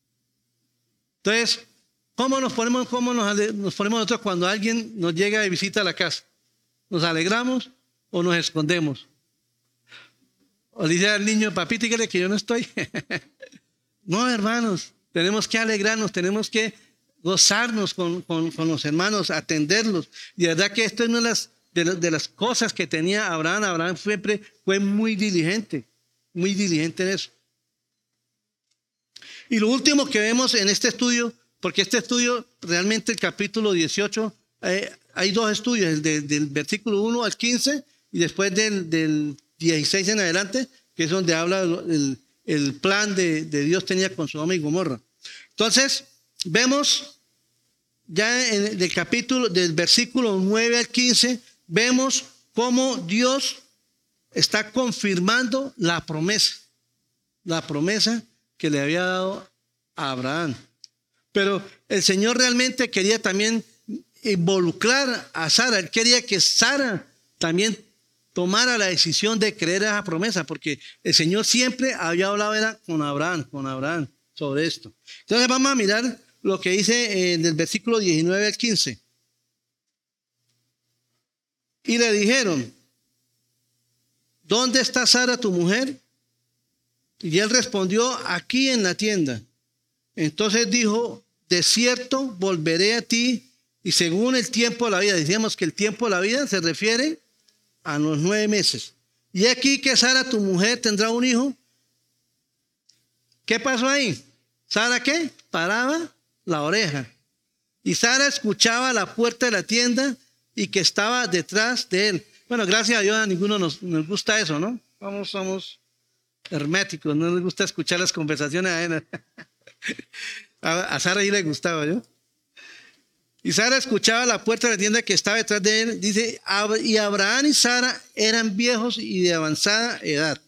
Entonces, ¿cómo nos ponemos nosotros cuando alguien nos llega de visita a la casa? ¿Nos alegramos o nos escondemos? O dice al niño, papito, dígale que yo no estoy. No, hermanos, tenemos que alegrarnos, tenemos que gozarnos con los hermanos, atenderlos. Y de verdad que esto es una de las cosas que tenía Abraham. Abraham siempre fue muy diligente en eso. Y lo último que vemos en este estudio, porque este estudio, realmente el capítulo 18, hay dos estudios, del versículo 1 al 15 y después del 16 en adelante, que es donde habla el plan de Dios tenía con Sodoma y Gomorra. Entonces, vemos ya en el capítulo, del versículo 9 al 15, vemos cómo Dios está confirmando la promesa que le había dado a Abraham. Pero el Señor realmente quería también involucrar a Sara. Él quería que Sara también tomara la decisión de creer a esa promesa, porque el Señor siempre había hablado con Abraham sobre esto. Entonces vamos a mirar lo que dice del versículo 19 al 15. Y le dijeron, ¿dónde está Sara tu mujer? Y él respondió, aquí en la tienda. Entonces dijo, de cierto volveré a ti, y según el tiempo de la vida, decíamos que el tiempo de la vida se refiere a los 9 meses. Y aquí que Sara tu mujer tendrá un hijo. ¿Qué pasó ahí? ¿Sara qué? Paraba la oreja. Y Sara escuchaba la puerta de la tienda y que estaba detrás de él. Bueno, gracias a Dios a ninguno nos gusta eso, ¿no? Somos herméticos, no nos gusta escuchar las conversaciones ajenas. A Sara ahí le gustaba, ¿yo? Y Sara escuchaba la puerta de la tienda que estaba detrás de él. Dice, y Abraham y Sara eran viejos y de avanzada edad.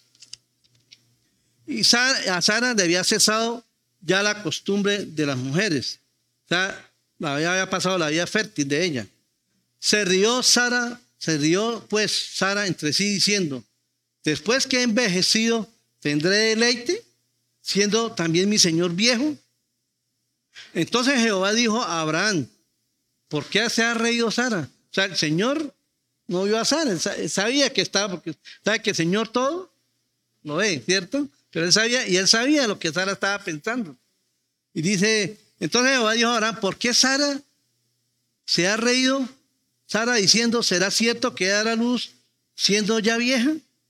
Y a Sara le había cesado ya la costumbre de las mujeres. O sea, había pasado la vida fértil de ella. Se rió pues Sara entre sí diciendo, después que he envejecido, ¿tendré deleite, siendo también mi señor viejo? Entonces Jehová dijo a Abraham, ¿por qué se ha reído Sara? O sea, el Señor no vio a Sara, él sabía que estaba, porque sabe que el Señor todo lo ve, ¿cierto? Pero él sabía lo que Sara estaba pensando. Y dice, entonces Jehová dijo a Abraham, ¿por qué Sara se ha reído? Sara diciendo, ¿será cierto que dará luz siendo ya vieja?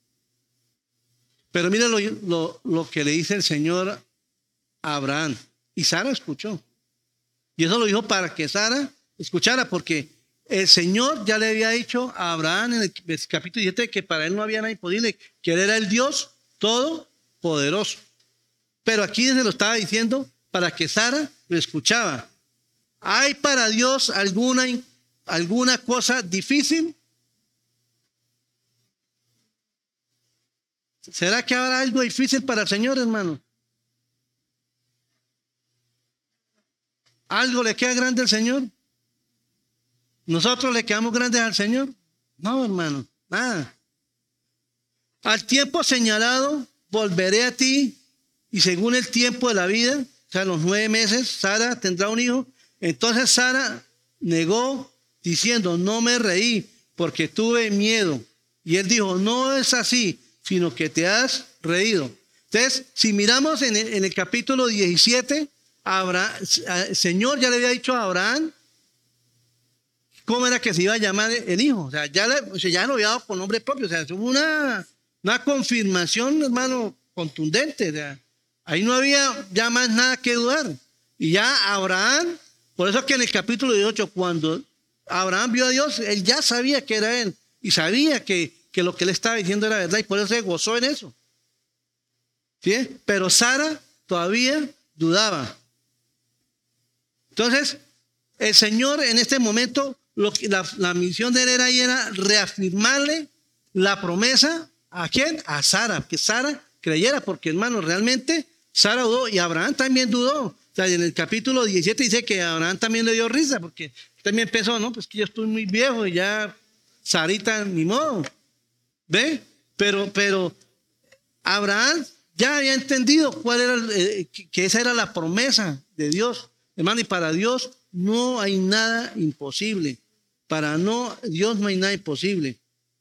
Pero mira lo que le dice el Señor a Abraham. Y Sara escuchó. Y eso lo dijo para que Sara escuchara, porque el Señor ya le había dicho a Abraham en el capítulo 17 que para él no había nada imposible, que él era el Dios todopoderoso. Pero aquí se lo estaba diciendo para que Sara lo escuchaba. ¿Hay para Dios alguna cosa difícil? ¿Será que habrá algo difícil para el Señor, hermano? ¿Algo le queda grande al Señor? ¿Nosotros le quedamos grandes al Señor? No, hermano, nada. Al tiempo señalado volveré a ti, y según el tiempo de la vida, o sea, los 9 meses, Sara tendrá un hijo. Entonces Sara negó diciendo, no me reí porque tuve miedo. Y él dijo, no es así, sino que te has reído. Entonces, si miramos en el capítulo 17, el Señor ya le había dicho a Abraham cómo era que se iba a llamar el hijo. O sea, ya lo había dado con nombre propio. O sea, hubo una confirmación, hermano, contundente. O sea, ahí no había ya más nada que dudar. Y ya Abraham, por eso es que en el capítulo 18, cuando Abraham vio a Dios, él ya sabía que era él. Y sabía que lo que él estaba diciendo era verdad. Y por eso se gozó en eso. ¿Sí? Pero Sara todavía dudaba. Entonces, el Señor en este momento, la misión de él era reafirmarle la promesa. ¿A quién? A Sara, que Sara creyera, porque hermano, realmente Sara dudó y Abraham también dudó. O sea, en el capítulo 17 dice que Abraham también le dio risa, porque también pensó, no, pues que yo estoy muy viejo y ya Sarita ni modo. ¿Ve? Pero Abraham ya había entendido cuál era, que esa era la promesa de Dios. Hermano, y para Dios no hay nada imposible. Dios no hay nada imposible.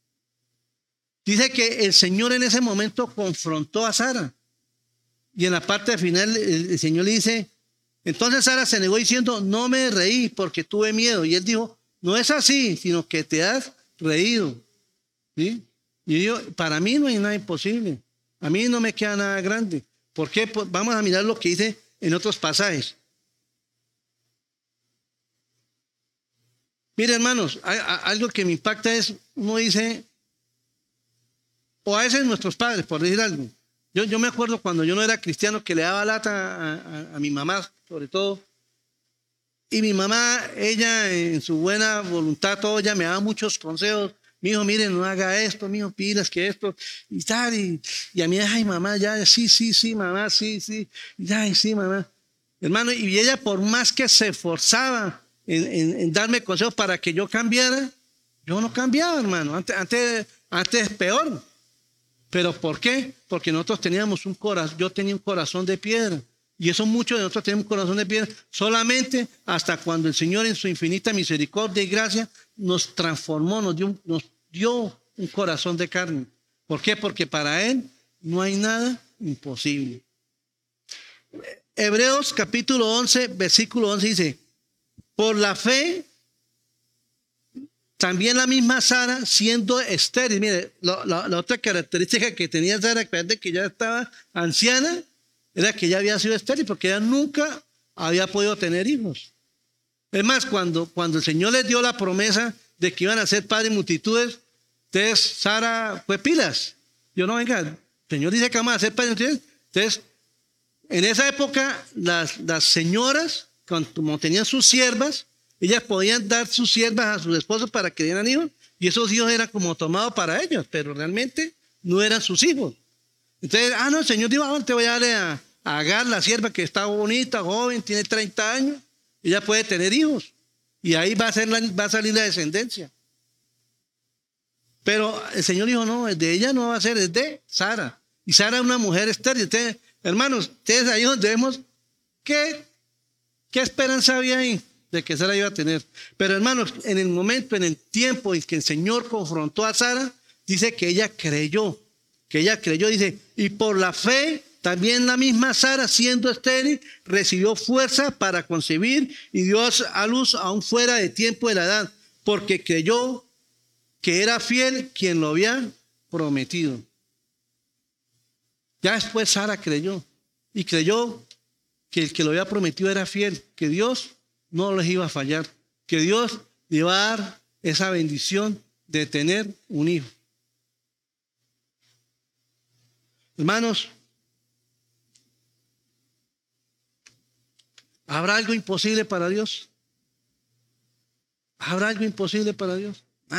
Dice que el Señor en ese momento confrontó a Sara. Y en la parte final el Señor le dice, entonces Sara se negó diciendo, no me reí porque tuve miedo. Y él dijo, no es así, sino que te has reído. ¿Sí? Y yo, para mí no hay nada imposible. A mí no me queda nada grande. ¿Por qué? Pues vamos a mirar lo que dice en otros pasajes. Mire, hermanos, algo que me impacta es, uno dice, o a veces nuestros padres, por decir algo. Yo me acuerdo cuando yo no era cristiano que le daba lata a mi mamá, sobre todo. Y mi mamá, ella en su buena voluntad, todo, ella me daba muchos consejos. Mi hijo, mire, no haga esto, mi hijo, pilas que esto, y tal. Y a mí, ay, mamá, ya, sí, mamá, sí. Ay, sí, mamá. Hermano, y ella por más que se esforzaba en darme consejos para que yo cambiara, yo no cambiaba, hermano. Antes peor. ¿Pero por qué? Porque nosotros teníamos yo tenía un corazón de piedra. Y eso muchos de nosotros tenemos corazón de piedra solamente hasta cuando el Señor en su infinita misericordia y gracia nos transformó, nos dio un corazón de carne. ¿Por qué? Porque para Él no hay nada imposible. Hebreos capítulo 11, versículo 11 dice, por la fe, también la misma Sara siendo estéril. Mire, la otra característica que tenía Sara, de que ya estaba anciana, era que ya había sido estéril porque ella nunca había podido tener hijos. Es más, cuando el Señor les dio la promesa de que iban a ser padres de multitudes, entonces Sara fue pilas. Yo no, venga, el Señor dice que vamos a ser padres de multitudes. Entonces, en esa época, las señoras, como tenían sus siervas, ellas podían dar sus siervas a sus esposos para que dieran hijos, y esos hijos eran como tomados para ellos, pero realmente no eran sus hijos. Entonces, no, el Señor dijo, te voy a darle a Agar, la sierva que está bonita, joven, tiene 30 años, ella puede tener hijos, y ahí va a salir la descendencia. Pero el Señor dijo, no, de ella no va a ser, es de Sara. Y Sara es una mujer estéril. Entonces, hermanos, ustedes ahí donde vemos, ¿qué esperanza había ahí de que Sara iba a tener? Pero hermanos, en el momento, en el tiempo en que el Señor confrontó a Sara, dice que ella creyó, dice, y por la fe también la misma Sara, siendo estéril, recibió fuerza para concebir y dio a luz aún fuera de tiempo de la edad, porque creyó que era fiel quien lo había prometido. Ya después Sara creyó, y creyó que el que lo había prometido era fiel, que Dios no les iba a fallar, que Dios le iba a dar esa bendición de tener un hijo. Hermanos, ¿habrá algo imposible para Dios? ¿Habrá algo imposible para Dios?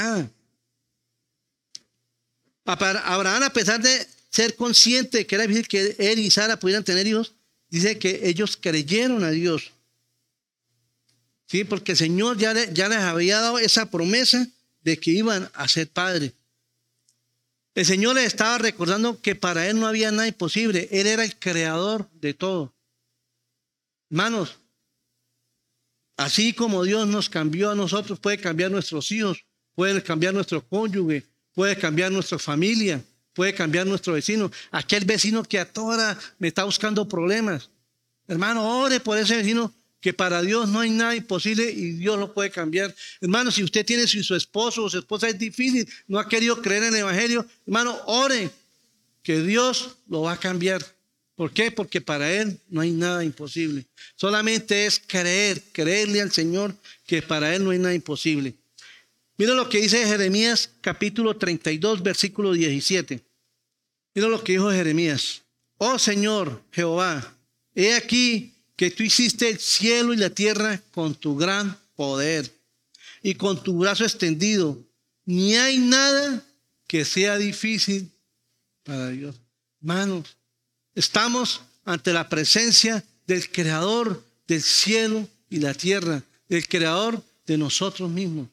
Abraham, a pesar de ser consciente de que era difícil que él y Sara pudieran tener hijos, dice que ellos creyeron a Dios. Sí, porque el Señor ya les había dado esa promesa de que iban a ser padres. El Señor les estaba recordando que para Él no había nada imposible. Él era el creador de todo. Hermanos, así como Dios nos cambió a nosotros, puede cambiar nuestros hijos, puede cambiar nuestro cónyuge, puede cambiar nuestra familia, puede cambiar nuestro vecino. Aquel vecino que a toda hora me está buscando problemas. Hermano, ore por ese vecino, que para Dios no hay nada imposible y Dios lo puede cambiar. Hermano, si usted tiene su esposo o su esposa es difícil, no ha querido creer en el Evangelio, hermano, ore, que Dios lo va a cambiar. ¿Por qué? Porque para Él no hay nada imposible. Solamente es creerle al Señor, que para Él no hay nada imposible. Mira lo que dice Jeremías capítulo 32, versículo 17. Mira lo que dijo Jeremías. Oh Señor Jehová, he aquí que tú hiciste el cielo y la tierra con tu gran poder y con tu brazo extendido. Ni hay nada que sea difícil para Dios. Hermanos, estamos ante la presencia del Creador del cielo y la tierra, del Creador de nosotros mismos.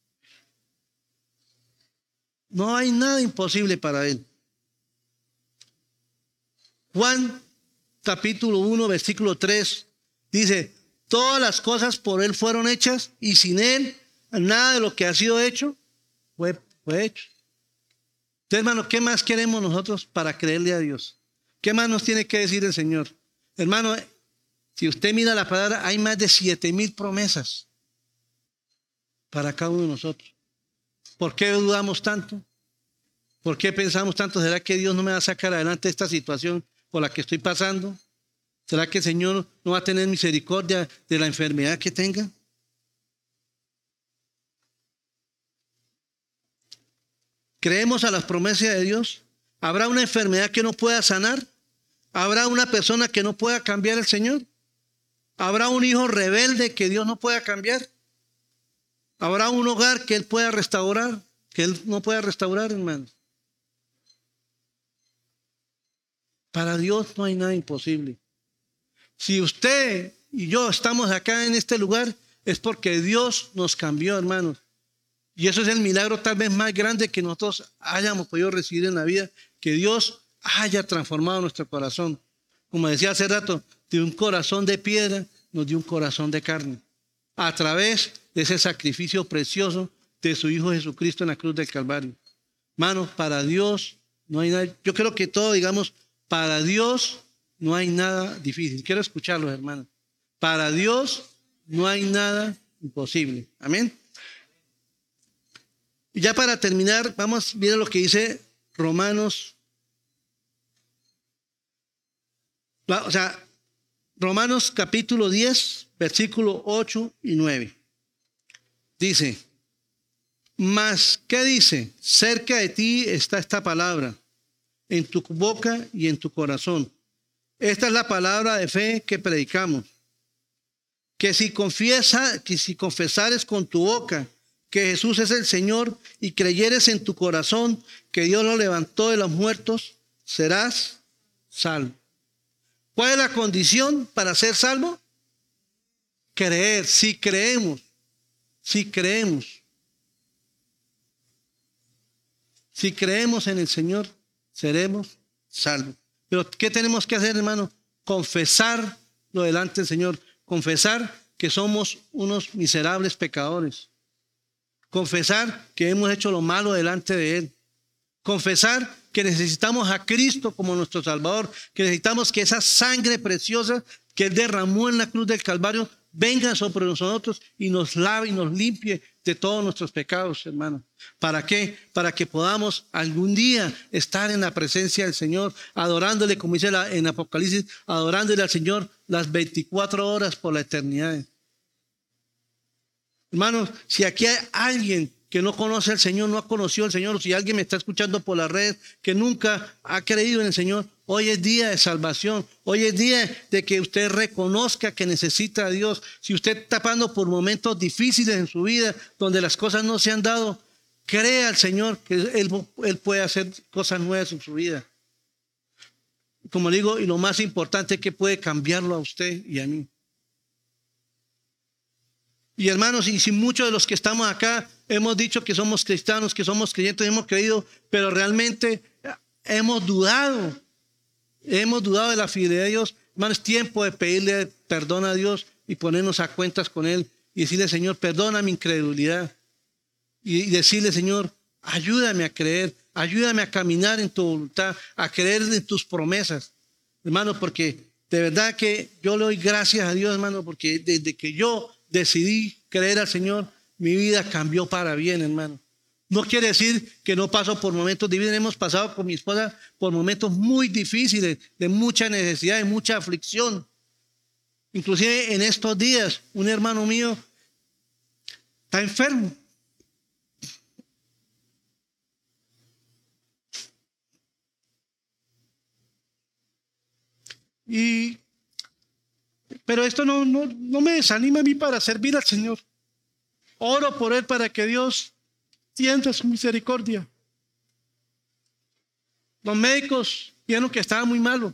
No hay nada imposible para Él. Juan capítulo 1, versículo 3, dice, todas las cosas por Él fueron hechas y sin Él nada de lo que ha sido hecho fue hecho. Entonces, hermano, ¿qué más queremos nosotros para creerle a Dios? ¿Qué más nos tiene que decir el Señor? Hermano, si usted mira la palabra, hay más de 7,000 promesas para cada uno de nosotros. ¿Por qué dudamos tanto? ¿Por qué pensamos tanto? ¿Será que Dios no me va a sacar adelante esta situación por la que estoy pasando? ¿Será que el Señor no va a tener misericordia de la enfermedad que tenga? ¿Creemos a las promesas de Dios? ¿Habrá una enfermedad que no pueda sanar? ¿Habrá una persona que no pueda cambiar el Señor? ¿Habrá un hijo rebelde que Dios no pueda cambiar? ¿Habrá un hogar que Él pueda restaurar, que Él no pueda restaurar, hermanos? Para Dios no hay nada imposible. Si usted y yo estamos acá en este lugar, es porque Dios nos cambió, hermanos. Y eso es el milagro tal vez más grande que nosotros hayamos podido recibir en la vida, que Dios haya transformado nuestro corazón. como decía hace rato, de un corazón de piedra, nos dio un corazón de carne. A través de ese sacrificio precioso de su Hijo Jesucristo en la cruz del Calvario. Hermanos, para Dios no hay nada. Yo creo que todo, digamos, para Dios no hay nada difícil. Quiero escucharlos, hermanos. Para Dios no hay nada imposible. Amén. Y ya para terminar, vamos a ver lo que dice Romanos. Romanos capítulo 10, versículo 8 y 9. Dice, mas, ¿qué dice? Cerca de ti está esta palabra, en tu boca y en tu corazón. Esta es la palabra de fe que predicamos. Que si confesares con tu boca que Jesús es el Señor y creyeres en tu corazón que Dios lo levantó de los muertos, serás salvo. ¿Cuál es la condición para ser salvo? Creer. Si creemos en el Señor, seremos salvos. Pero ¿qué tenemos que hacer, hermano? Confesarlo delante del Señor. Confesar que somos unos miserables pecadores. Confesar que hemos hecho lo malo delante de Él. Confesar que necesitamos a Cristo como nuestro Salvador. Que necesitamos que esa sangre preciosa que Él derramó en la cruz del Calvario venga sobre nosotros y nos lave y nos limpie de todos nuestros pecados, hermano. ¿Para qué? Para que podamos algún día estar en la presencia del Señor, adorándole, como dice en Apocalipsis, adorándole al Señor las 24 horas por la eternidad. Hermanos, si aquí hay alguien que no conoce al Señor, no ha conocido al Señor, o si alguien me está escuchando por la red que nunca ha creído en el Señor, hoy es día de salvación. Hoy es día de que usted reconozca que necesita a Dios. Si usted está pasando por momentos difíciles en su vida, donde las cosas no se han dado, crea al Señor que Él puede hacer cosas nuevas en su vida. Como digo, y lo más importante es que puede cambiarlo a usted y a mí. Y hermanos, y si muchos de los que estamos acá hemos dicho que somos cristianos, que somos creyentes, hemos creído, pero realmente hemos dudado de la fidelidad de Dios, hermanos, es tiempo de pedirle perdón a Dios y ponernos a cuentas con Él y decirle, Señor, perdona mi incredulidad. Y decirle, Señor, ayúdame a creer, ayúdame a caminar en tu voluntad, a creer en tus promesas. Hermano, porque de verdad que yo le doy gracias a Dios, hermano, porque desde que yo decidí creer al Señor, mi vida cambió para bien, hermano. No quiere decir que no paso por momentos difíciles. Hemos pasado con mi esposa por momentos muy difíciles, de mucha necesidad, de mucha aflicción. Inclusive en estos días, un hermano mío está enfermo. Pero esto no me desanima a mí para servir al Señor. Oro por él para que Dios tienda su misericordia. Los médicos vieron que estaba muy malo.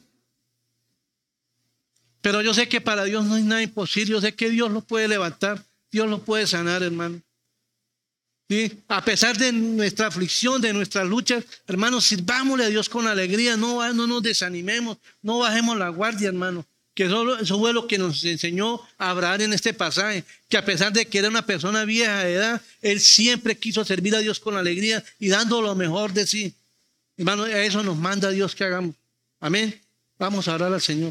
Pero yo sé que para Dios no hay nada imposible. Yo sé que Dios lo puede levantar. Dios lo puede sanar, hermano. ¿Sí? A pesar de nuestra aflicción, de nuestras luchas, hermanos, sirvámosle a Dios con alegría. No nos desanimemos. No bajemos la guardia, hermano. Que eso fue lo que nos enseñó Abraham en este pasaje, que a pesar de que era una persona vieja de edad, él siempre quiso servir a Dios con alegría y dando lo mejor de sí. Hermano, a eso nos manda Dios que hagamos. Amén. Vamos a orar al Señor.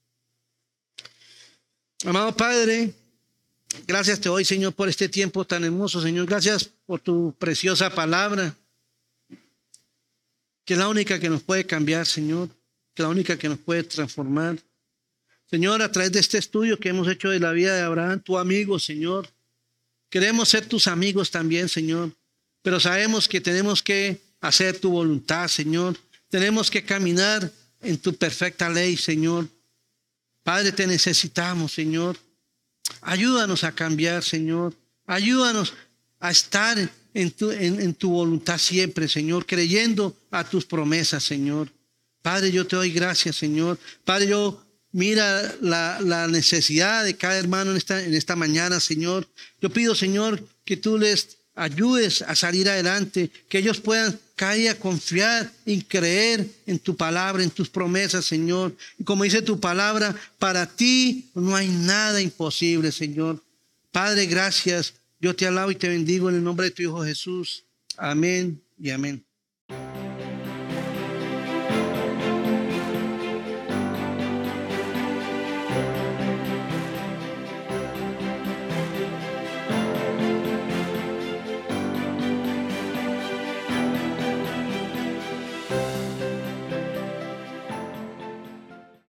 Amado Padre, gracias te doy, Señor, por este tiempo tan hermoso, Señor. Gracias por tu preciosa palabra, que es la única que nos puede cambiar, Señor, que es la única que nos puede transformar. Señor, a través de este estudio que hemos hecho de la vida de Abraham, tu amigo, Señor, queremos ser tus amigos también, Señor, pero sabemos que tenemos que hacer tu voluntad, Señor. Tenemos que caminar en tu perfecta ley, Señor. Padre, te necesitamos, Señor. Ayúdanos a cambiar, Señor. Ayúdanos a estar en tu voluntad siempre, Señor, creyendo a tus promesas, Señor. Padre, yo te doy gracias, Señor. Padre, mira la necesidad de cada hermano en esta mañana, Señor. Yo pido, Señor, que tú les ayudes a salir adelante, que ellos puedan cada día confiar y creer en tu palabra, en tus promesas, Señor. Y como dice tu palabra, para ti no hay nada imposible, Señor. Padre, gracias. Yo te alabo y te bendigo en el nombre de tu Hijo Jesús. Amén y amén.